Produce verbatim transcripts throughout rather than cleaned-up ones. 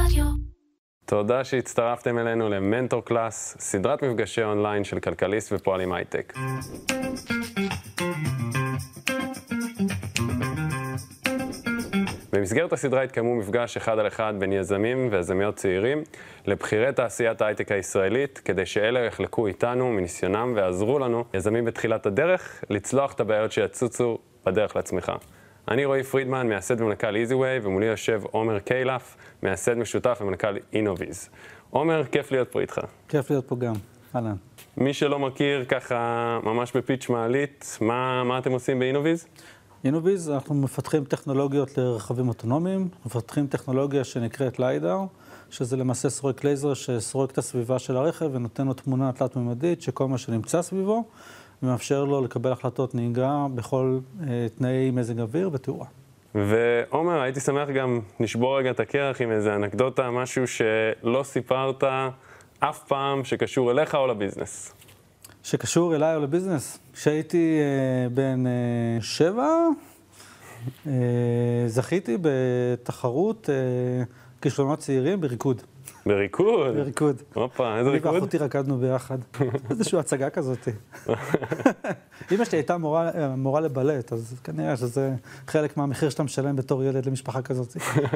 רדיו. תודה שהצטרפתם אלינו למנטור קלאס, סדרת מפגשי אונליין של כלכליסט ופועלים הייטק. במסגרת הסדרה התקיימו מפגש אחד על אחד בין יזמים ויזמיות צעירים לבחירי תעשיית ההייטק הישראלית, כדי שאלה יחלקו איתנו מניסיונם ועזרו לנו, יזמים בתחילת הדרך, לצלוח את הבעיות שיצוצו בדרך לעצמך. אני רועי פרידמן, מייסד ומנכ"ל EasyWay, ומולי יושב עומר קיילף, מייסד משותף ומנכ"ל Innoviz. עומר, כיף להיות פה איתך. כיף להיות פה גם, אהלן. מי שלא מכיר, ככה ממש בפיץ' מעלית, מה, מה אתם עושים ב-Innoviz? Innoviz, אנחנו מפתחים טכנולוגיות לרכבים אוטונומיים, מפתחים טכנולוגיה שנקראת ליידר, שזה למעשה סורק לייזר שסורק את הסביבה של הרכב ונותן לו תמונה תלת-ממדית שכל מה שנמצא סביבו, ומאפשר לו לקבל החלטות נהיגה בכל אה, תנאי מזג אוויר ותאורה. ועומר, הייתי שמח גם לשבור רגע את הקרח עם איזה אנקדוטה, משהו שלא סיפרת אף פעם שקשור אליך או לביזנס. שקשור אליי או לביזנס? כשהייתי אה, בן אה, שבע, אה, זכיתי בתחרות אה, כישלונות צעירים בריקוד. בריקוד? בריקוד. הופה, איזה ריקוד? אני ואחותי רקדנו ביחד. איזושהי הצגה כזאת. אמא שלי הייתה מורה, מורה לבלט, אז כנראה שזה חלק מהמחיר שאתה משלם בתור ילד למשפחה כזאת.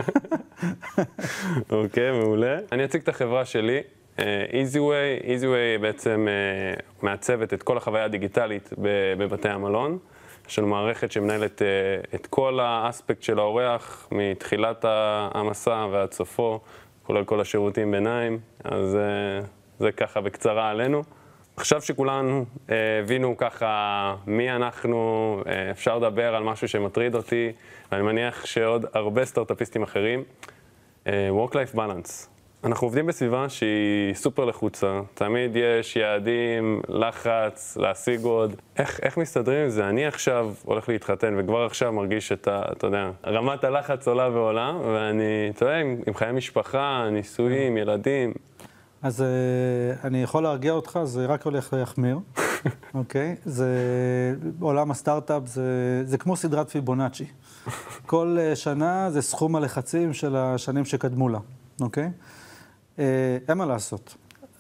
אוקיי, מעולה. אני אציג את החברה שלי. EasyWay, EasyWay בעצם מעצבת את כל החוויה הדיגיטלית בבתי המלון. יש לנו מערכת שמנהלת את כל האספקט של האורח, מתחילת המסע ועד סופו, כולל כל השירותים ביניים, אז זה ככה בקצרה עלינו. עכשיו שכולנו הבינו ככה מי אנחנו, אפשר לדבר על משהו שמטריד אותי, ואני מניח שעוד הרבה סטארט-אפיסטים אחרים. Work-Life Balance. אנחנו עובדים בסביבה שהיא סופר לחוצה, תמיד יש יעדים, לחץ, להשיג עוד. איך, איך מסתדרים עם זה? אני עכשיו הולך להתחתן וכבר עכשיו מרגיש את ה, אתה יודע, רמת הלחץ עולה ועולה, ואני, אתה יודע, עם, עם חיי משפחה, נישואים, ילדים. אז אני יכול להרגיע אותך, זה רק הולך להחמיר, אוקיי? זה, עולם הסטארט-אפ זה, זה כמו סדרת פיבונאצ'י. כל שנה זה סכום הלחצים של השנים שקדמו לה, אוקיי? אין מה לעשות.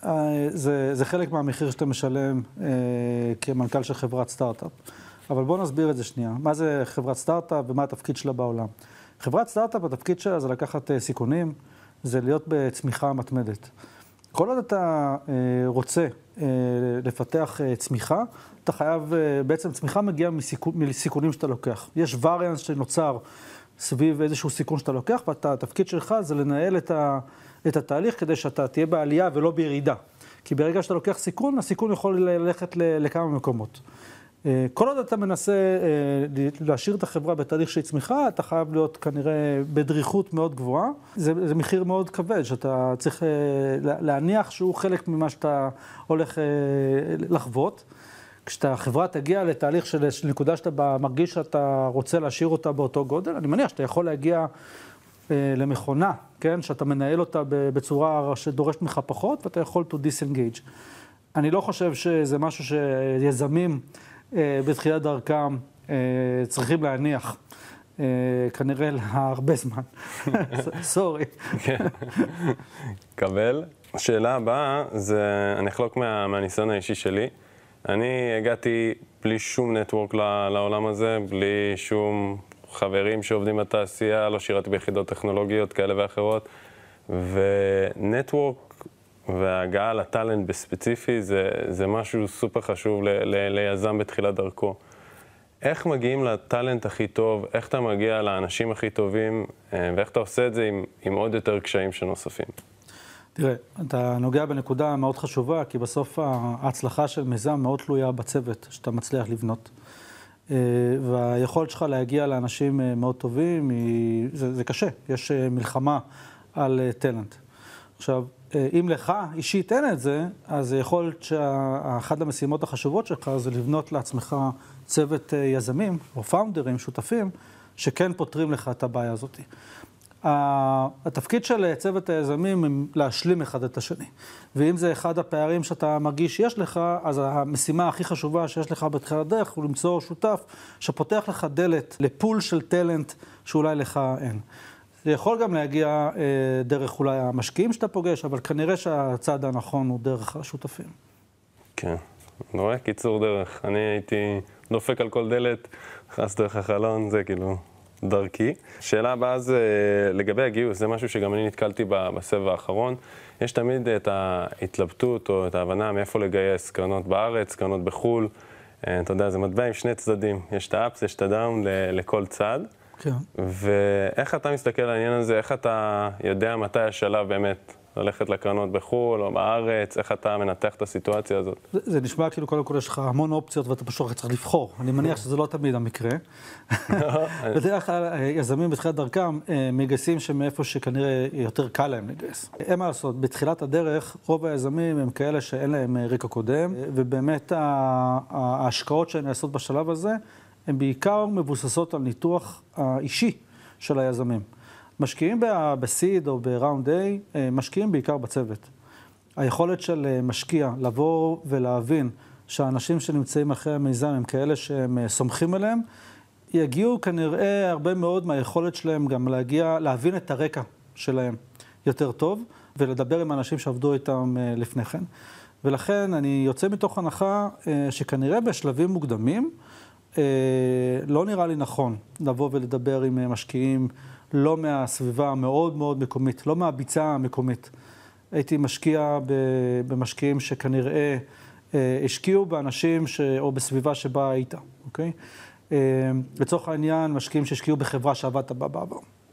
זה, זה חלק מהמחיר שאתה משלם אה, כמנכ"ל של חברת סטארט-אפ. אבל בואו נסביר את זה שנייה. מה זה חברת סטארט-אפ ומה התפקיד שלה בעולם? חברת סטארט-אפ, התפקיד שלה זה לקחת אה, סיכונים, זה להיות בצמיחה מתמדת. כל עוד אתה אה, רוצה אה, לפתח אה, צמיחה, אתה חייב, אה, בעצם צמיחה מגיעה מסיכון, מסיכונים שאתה לוקח. יש וריאנס שנוצר סביב איזשהו סיכון שאתה לוקח, והתפקיד שלך זה לנהל את ה... את התהליך כדי שאתה תהיה בעלייה ולא בירידה. כי ברגע שאתה לוקח סיכון, הסיכון יכול ללכת לכמה מקומות. כל עוד אתה מנסה להשאיר את החברה בתהליך של צמיחה, אתה חייב להיות כנראה בדריכות מאוד גבוהה. זה, זה מחיר מאוד כבד, שאתה צריך להניח שהוא חלק ממה שאתה הולך לחוות. כשהחברה תגיע לתהליך של נקודה שאתה מרגיש שאתה רוצה להשאיר אותה באותו גודל, אני מניח שאתה יכול להגיע למכונה, כן? שאתה מנהל אותה בצורה שדורשת ממך פחות, ואתה יכול to disengage. אני לא חושב שזה משהו שיזמים בתחילת דרכם צריכים להניח, כנראה להרבה זמן. סורי. קבל. השאלה הבאה זה, אני אחלוק מה, מהניסיון האישי שלי. אני הגעתי בלי שום נטוורק לעולם הזה, בלי שום חברים שעובדים בתעשייה, לא שירתי ביחידות טכנולוגיות כאלה ואחרות, ונטוורק וההגעה לטלנט בספציפי זה, זה משהו סופר חשוב ל, ל, ליזם בתחילת דרכו. איך מגיעים לטלנט הכי טוב, איך אתה מגיע לאנשים הכי טובים, ואיך אתה עושה את זה עם, עם עוד יותר קשיים שנוספים? תראה, אתה נוגע בנקודה מאוד חשובה, כי בסוף ההצלחה של מיזם מאוד תלויה בצוות שאתה מצליח לבנות. והיכולת שלך להגיע לאנשים מאוד טובים, זה, זה קשה, יש מלחמה על טלנט. עכשיו, אם לך אישית אין את זה, אז יכולת שאחת המשימות החשובות שלך זה לבנות לעצמך צוות יזמים או פאונדרים, שותפים, שכן פותרים לך את הבעיה הזאת. התפקיד של צוות היזמים הם להשלים אחד את השני. ואם זה אחד הפערים שאתה מרגיש שיש לך, אז המשימה הכי חשובה שיש לך בתחילת הדרך הוא למצוא שותף שפותח לך דלת לפול של טלנט שאולי לך אין. זה יכול גם להגיע דרך אולי המשקיעים שאתה פוגש, אבל כנראה שהצעד הנכון הוא דרך השותפים. כן, אני רואה קיצור דרך. אני הייתי דופק על כל דלת, נכנס דרך החלון, זה כאילו דרכי. שאלה הבאה זה לגבי הגיוס, זה משהו שגם אני נתקלתי בסבב האחרון. יש תמיד את ההתלבטות או את ההבנה מאיפה לגייס קרנות בארץ, קרנות בחול. אתה יודע, זה מטבע עם שני צדדים. יש את האפס, יש את הדאון לכל צד. כן. ואיך אתה מסתכל על העניין הזה, איך אתה יודע מתי השלב באמת ללכת לקרנות בחול או בארץ, איך אתה מנתח את הסיטואציה הזאת? זה, זה נשמע כאילו קודם כל יש לך המון אופציות ואתה פשוט צריך לבחור. אני מניח שזה לא תמיד המקרה. בדרך כלל יזמים בתחילת דרכם מגייסים שמאיפה שכנראה יותר קל להם לגייס. אין מה לעשות, בתחילת הדרך רוב היזמים הם כאלה שאין להם רקע קודם, ובאמת ההשקעות שהן נעשות בשלב הזה, הן בעיקר מבוססות על ניתוח האישי של היזמים. משקיעים בסיד או בראונד A, משקיעים בעיקר בצוות. היכולת של משקיע לבוא ולהבין שהאנשים שנמצאים אחרי המיזם הם כאלה שהם סומכים עליהם, יגיעו כנראה הרבה מאוד מהיכולת שלהם גם להגיע, להבין את הרקע שלהם יותר טוב, ולדבר עם האנשים שעבדו איתם לפני כן. ולכן אני יוצא מתוך הנחה שכנראה בשלבים מוקדמים, לא נראה לי נכון לבוא ולדבר עם משקיעים לא מהסביבה המאוד מאוד מקומית, לא מהביצה המקומית. הייתי משקיע במשקיעים שכנראה השקיעו באנשים ש... או בסביבה שבה היית, אוקיי? לצורך העניין, משקיעים שהשקיעו בחברה שעבדת בה בעבר.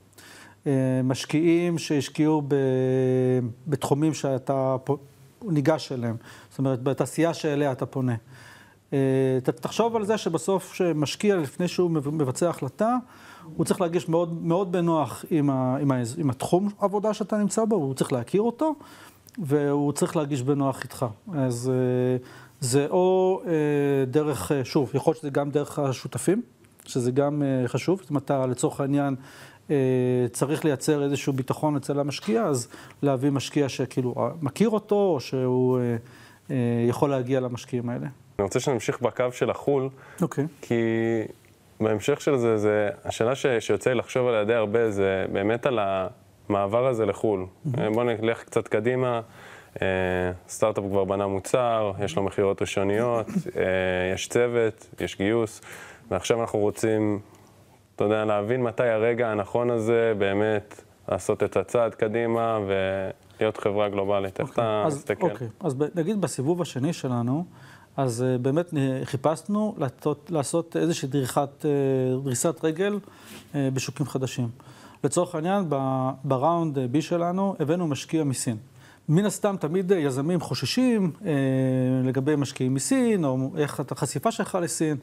משקיעים שהשקיעו ב... בתחומים שאתה ניגש אליהם, זאת אומרת, בתעשייה שאליה אתה פונה. תחשוב על זה שבסוף שמשקיע לפני שהוא מבצע החלטה, הוא צריך להרגיש מאוד, מאוד בנוח עם, ה, עם, ה, עם התחום עבודה שאתה נמצא בו, הוא צריך להכיר אותו, והוא צריך להרגיש בנוח איתך. אז זה או דרך, שוב, יכול להיות שזה גם דרך השותפים, שזה גם חשוב. זאת אומרת, אתה לצורך העניין צריך לייצר איזשהו ביטחון אצל המשקיע, אז להביא משקיע שכאילו מכיר אותו, או שהוא יכול להגיע למשקיעים האלה. אני רוצה שנמשיך בקו של החול, אוקיי. כי בהמשך של זה, זה השאלה ש, שיוצא לי לחשוב עליה די הרבה, זה באמת על המעבר הזה לחול. Mm-hmm. בואו נלך קצת קדימה, סטארט-אפ כבר בנה מוצר, יש לו מחירות ראשוניות, יש צוות, יש גיוס, ועכשיו אנחנו רוצים, אתה יודע, להבין מתי הרגע הנכון הזה באמת לעשות את הצעד קדימה ולהיות חברה גלובלית. איך אתה מסתכל? אוקיי, אז נגיד בסיבוב השני שלנו, אז באמת חיפשנו לעשות, לעשות איזושהי דריכת, דריסת רגל בשוקים חדשים. לצורך העניין, בראונד בי שלנו הבאנו משקיע מסין. מן הסתם תמיד יזמים חוששים לגבי משקיעים מסין, או איך החשיפה שלך לסין.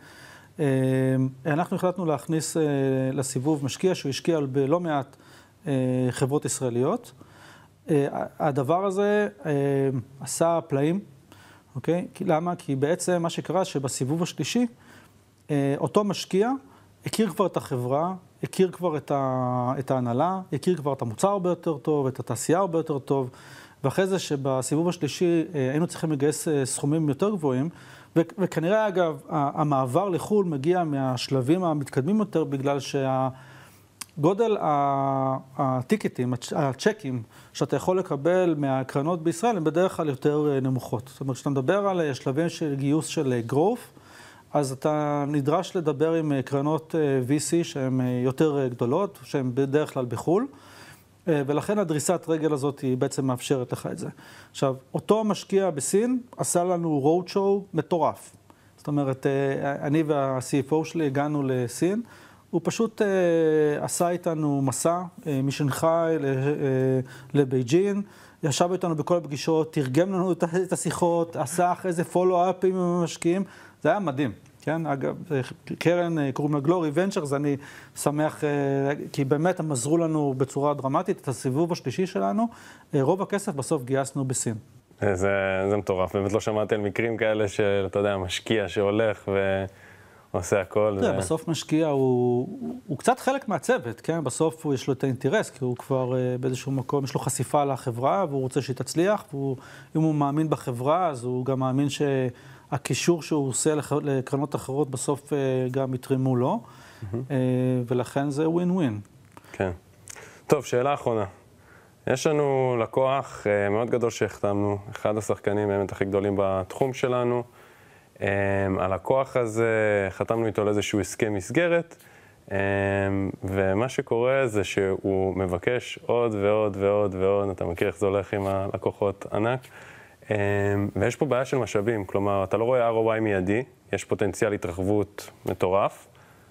אנחנו החלטנו להכניס לסיבוב משקיע שהוא השקיע בלא מעט חברות ישראליות. הדבר הזה עשה פלאים. אוקיי? למה? כי בעצם מה שקרה שבסיבוב השלישי, אותו משקיע הכיר כבר את החברה, הכיר כבר את, ה... את ההנהלה, הכיר כבר את המוצר הרבה יותר טוב, את התעשייה הרבה יותר טוב, ואחרי זה שבסיבוב השלישי היינו צריכים לגייס סכומים יותר גבוהים, ו... וכנראה אגב, המעבר לחול מגיע מהשלבים המתקדמים יותר, בגלל שה... גודל הטיקטים, הצ'קים שאתה יכול לקבל מהקרנות בישראל הם בדרך כלל יותר נמוכות. זאת אומרת, כשאתה מדבר על שלבים של גיוס של growth, אז אתה נדרש לדבר עם קרנות וי סי שהן יותר גדולות, שהן בדרך כלל בחול, ולכן הדריסת רגל הזאת היא בעצם מאפשרת לך את זה. עכשיו, אותו משקיע בסין עשה לנו road show מטורף. זאת אומרת, אני וה-סי אף או שלי הגענו לסין, הוא פשוט אה, עשה איתנו מסע אה, משנגחאי אה, לבייג'ין, ישב איתנו בכל הפגישות, תרגם לנו את, את השיחות, עשה אחרי זה פולו-אפים עם המשקיעים, זה היה מדהים, כן? אגב, קרן אה, קוראים לה גלורי ונצ'רס, אני שמח, אה, כי באמת הם עזרו לנו בצורה דרמטית, את הסיבוב השלישי שלנו, אה, רוב הכסף בסוף גייסנו בסין. זה, זה מטורף, באמת לא שמעתי על מקרים כאלה של, אתה יודע, משקיע שהולך ו... עושה הכל. תראה, בסוף משקיע הוא, הוא קצת חלק מהצוות, כן? בסוף יש לו את האינטרס, כי הוא כבר באיזשהו מקום, יש לו חשיפה לחברה, והוא רוצה שהיא תצליח, ואם הוא מאמין בחברה, אז הוא גם מאמין שהקישור שהוא עושה לקרנות אחרות בסוף גם יתרמו לו, ולכן זה ווין ווין. כן. טוב, שאלה אחרונה. יש לנו לקוח מאוד גדול שהחתמנו, אחד השחקנים באמת הכי גדולים בתחום שלנו. הלקוח הזה, חתמנו איתו לאיזשהו הסכם מסגרת, ומה שקורה זה שהוא מבקש עוד ועוד ועוד ועוד, אתה מכיר איך זה הולך עם הלקוחות ענק, ויש פה בעיה של משאבים, כלומר, אתה לא רואה אר או איי מיידי, יש פוטנציאל התרחבות מטורף,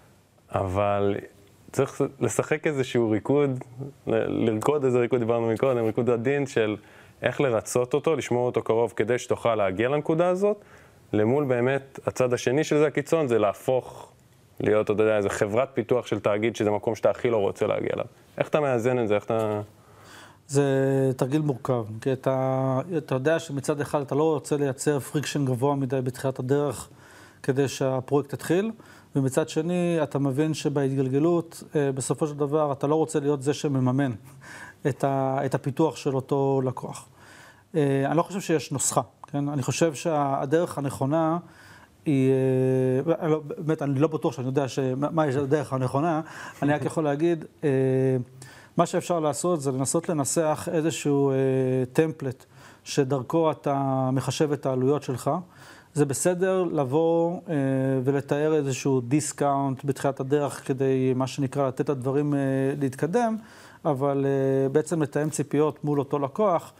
אבל צריך לשחק איזשהו ריקוד, לרקוד איזה ריקוד, דיברנו מקודם, ריקוד עדין של איך לרצות אותו, לשמור אותו קרוב כדי שתוכל להגיע לנקודה הזאת, למול באמת הצד השני של זה הקיצון, זה להפוך להיות, אתה יודע, איזו חברת פיתוח של תאגיד, שזה מקום שאתה הכי לא רוצה להגיע אליו. איך אתה מאזן את זה? איך אתה... זה תרגיל מורכב, כי אתה, אתה יודע שמצד אחד אתה לא רוצה לייצר פריקשן גבוה מדי בתחילת הדרך כדי שהפרויקט יתחיל, ומצד שני אתה מבין שבהתגלגלות, בסופו של דבר, אתה לא רוצה להיות זה שמממן את, ה, את הפיתוח של אותו לקוח. אני לא חושב שיש נוסחה, כן? אני חושב שהדרך הנכונה היא, באמת, אני לא בטוח שאני יודע מה יש הדרך הנכונה, אני רק יכול להגיד, מה שאפשר לעשות זה לנסות לנסח איזשהו טמפלט שדרכו אתה מחשב את העלויות שלך. זה בסדר לבוא ולתאר איזשהו דיסקאונט בתחילת הדרך כדי, מה שנקרא, לתת את הדברים להתקדם, אבל בעצם לתאם ציפיות מול אותו לקוח,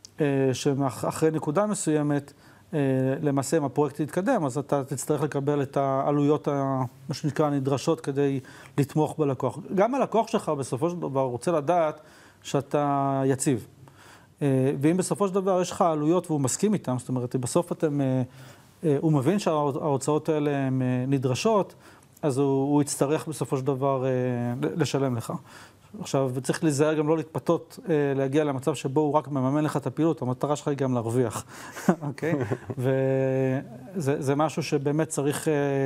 שאחרי נקודה מסוימת, למעשה אם הפרויקט יתקדם, אז אתה תצטרך לקבל את העלויות, מה שנקרא, הנדרשות כדי לתמוך בלקוח. גם הלקוח שלך בסופו של דבר רוצה לדעת שאתה יציב. ואם בסופו של דבר יש לך עלויות והוא מסכים איתם, זאת אומרת, בסוף אתם, הוא מבין שההוצאות האלה הן נדרשות, אז הוא, הוא יצטרך בסופו של דבר לשלם לך. עכשיו, צריך להיזהר גם לא להתפתות, להגיע למצב שבו הוא רק מממן לך את הפעילות, המטרה שלך היא גם להרוויח, אוקיי? וזה זה משהו שבאמת צריך,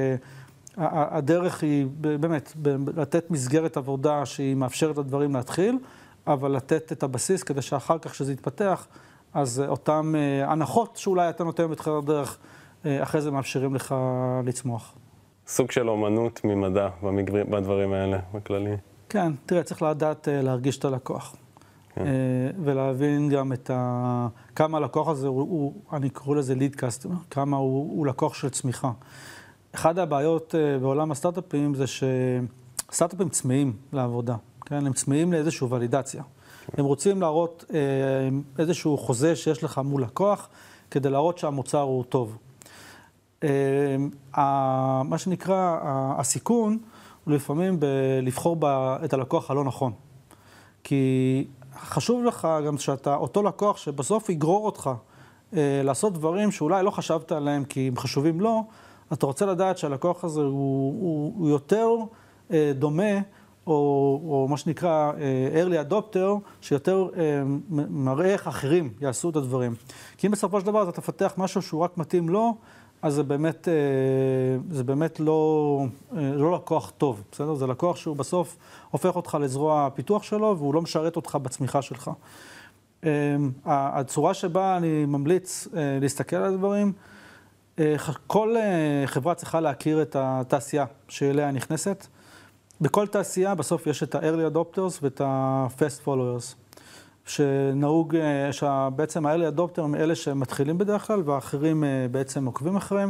הדרך היא באמת לתת מסגרת עבודה שהיא מאפשרת לדברים להתחיל, אבל לתת את הבסיס כדי שאחר כך שזה יתפתח, אז אותם הנחות שאולי אתה נותן בתחילת הדרך, אחרי זה מאפשרים לך לצמוח. סוג של אומנות ממדע בדברים האלה, בכללי. כן, תראה, צריך לדעת להרגיש את הלקוח. כן. ולהבין גם את ה... כמה הלקוח הזה, הוא, הוא, אני קורא לזה ליד קסטומר, כמה הוא, הוא לקוח של צמיחה. אחד הבעיות בעולם הסטארט-אפים זה שסטארט-אפים צמאים לעבודה, כן? הם צמאים לאיזושהי ולידציה. כן. הם רוצים להראות איזשהו חוזה שיש לך מול לקוח, כדי להראות שהמוצר הוא טוב. מה שנקרא, הסיכון, ולפעמים לבחור את הלקוח הלא נכון. כי חשוב לך גם שאתה, אותו לקוח שבסוף יגרור אותך אה, לעשות דברים שאולי לא חשבת עליהם כי הם חשובים לו, אתה רוצה לדעת שהלקוח הזה הוא, הוא, הוא יותר אה, דומה, או, או מה שנקרא אה, early adopter, שיותר אה, מראה איך אחרים יעשו את הדברים. כי אם בסופו של דבר אתה תפתח משהו שהוא רק מתאים לו, אז זה באמת, זה באמת לא, לא לקוח טוב, בסדר? זה לקוח שהוא בסוף הופך אותך לזרוע הפיתוח שלו, והוא לא משרת אותך בצמיחה שלך. הצורה שבה אני ממליץ להסתכל על הדברים, כל חברה צריכה להכיר את התעשייה שאליה נכנסת. בכל תעשייה בסוף יש את ה-early adopters ואת ה-fast followers. שנהוג, שבעצם ה-early adopter הם אלה שמתחילים בדרך כלל, והאחרים בעצם עוקבים אחריהם.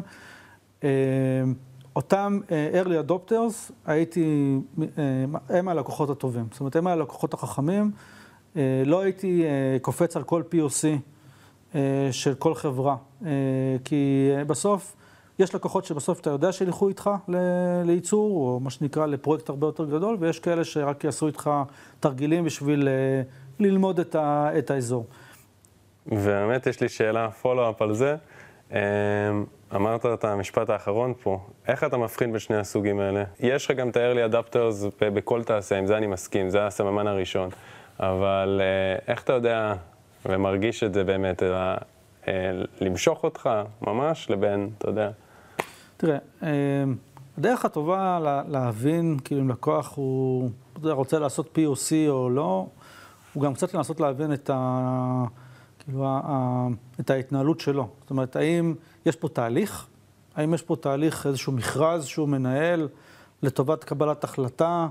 אותם early adopters, הייתי, הם הלקוחות הטובים. זאת אומרת, הם הלקוחות החכמים. לא הייתי קופץ על כל פי או סי של כל חברה. כי בסוף, יש לקוחות שבסוף אתה יודע שילכו איתך לייצור, או מה שנקרא לפרויקט הרבה יותר גדול, ויש כאלה שרק יעשו איתך תרגילים בשביל ללמוד את, ה, את האזור. ובאמת יש לי שאלה, פולו-אפ על זה. אמרת את המשפט האחרון פה, איך אתה מבחין בין שני הסוגים האלה? יש לך גם את ה-early adapters בכל תעשייה, עם זה אני מסכים, זה הסממן הראשון. אבל איך אתה יודע ומרגיש את זה באמת, למשוך אותך ממש לבין, אתה יודע? תראה, הדרך הטובה להבין, כאילו אם לקוח הוא רוצה לעשות פי או סי או לא, הוא גם קצת לנסות להבין את, ה, כאילו, ה, את ההתנהלות שלו. זאת אומרת, האם יש פה תהליך? האם יש פה תהליך, איזשהו מכרז שהוא מנהל לטובת קבלת החלטה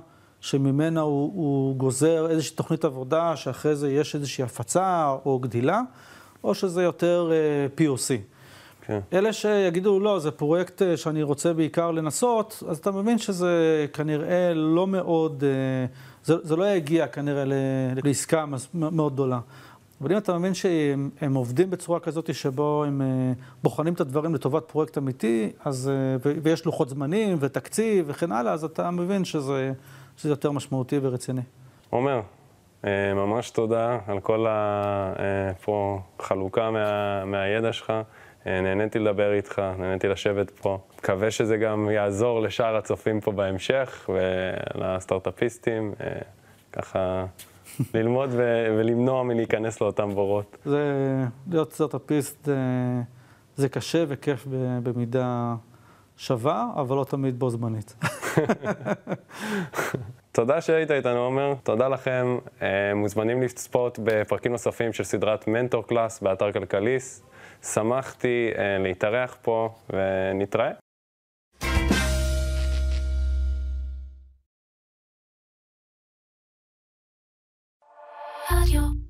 שממנה הוא, הוא גוזר איזושהי תוכנית עבודה, שאחרי זה יש איזושהי הפצה או גדילה, או שזה יותר פי או סי. כן. אלה שיגידו, לא, זה פרויקט שאני רוצה בעיקר לנסות, אז אתה מבין שזה כנראה לא מאוד, זה, זה לא יגיע כנראה לעסקה מאוד גדולה. אבל אם אתה מבין שהם הם עובדים בצורה כזאת שבו הם בוחנים את הדברים לטובת פרויקט אמיתי, אז, ויש לוחות זמנים ותקציב וכן הלאה, אז אתה מבין שזה, שזה יותר משמעותי ורציני. עומר, ממש תודה על כל החלוקה מה, מהידע שלך. נהניתי לדבר איתך, נהניתי לשבת פה. מקווה שזה גם יעזור לשאר הצופים פה בהמשך ולסטארט-אפיסטים, ככה ללמוד ו- ולמנוע מלהיכנס לאותם בורות. זה, להיות סטארט-אפיסט זה, זה קשה וכיף במידה שווה, אבל לא תמיד בו זמנית. תודה שהיית איתנו, עומר. תודה לכם. מוזמנים לצפות בפרקים נוספים של סדרת מנטור קלאס באתר כלכליסט. שמחתי להתארח פה ונתראה. רדיו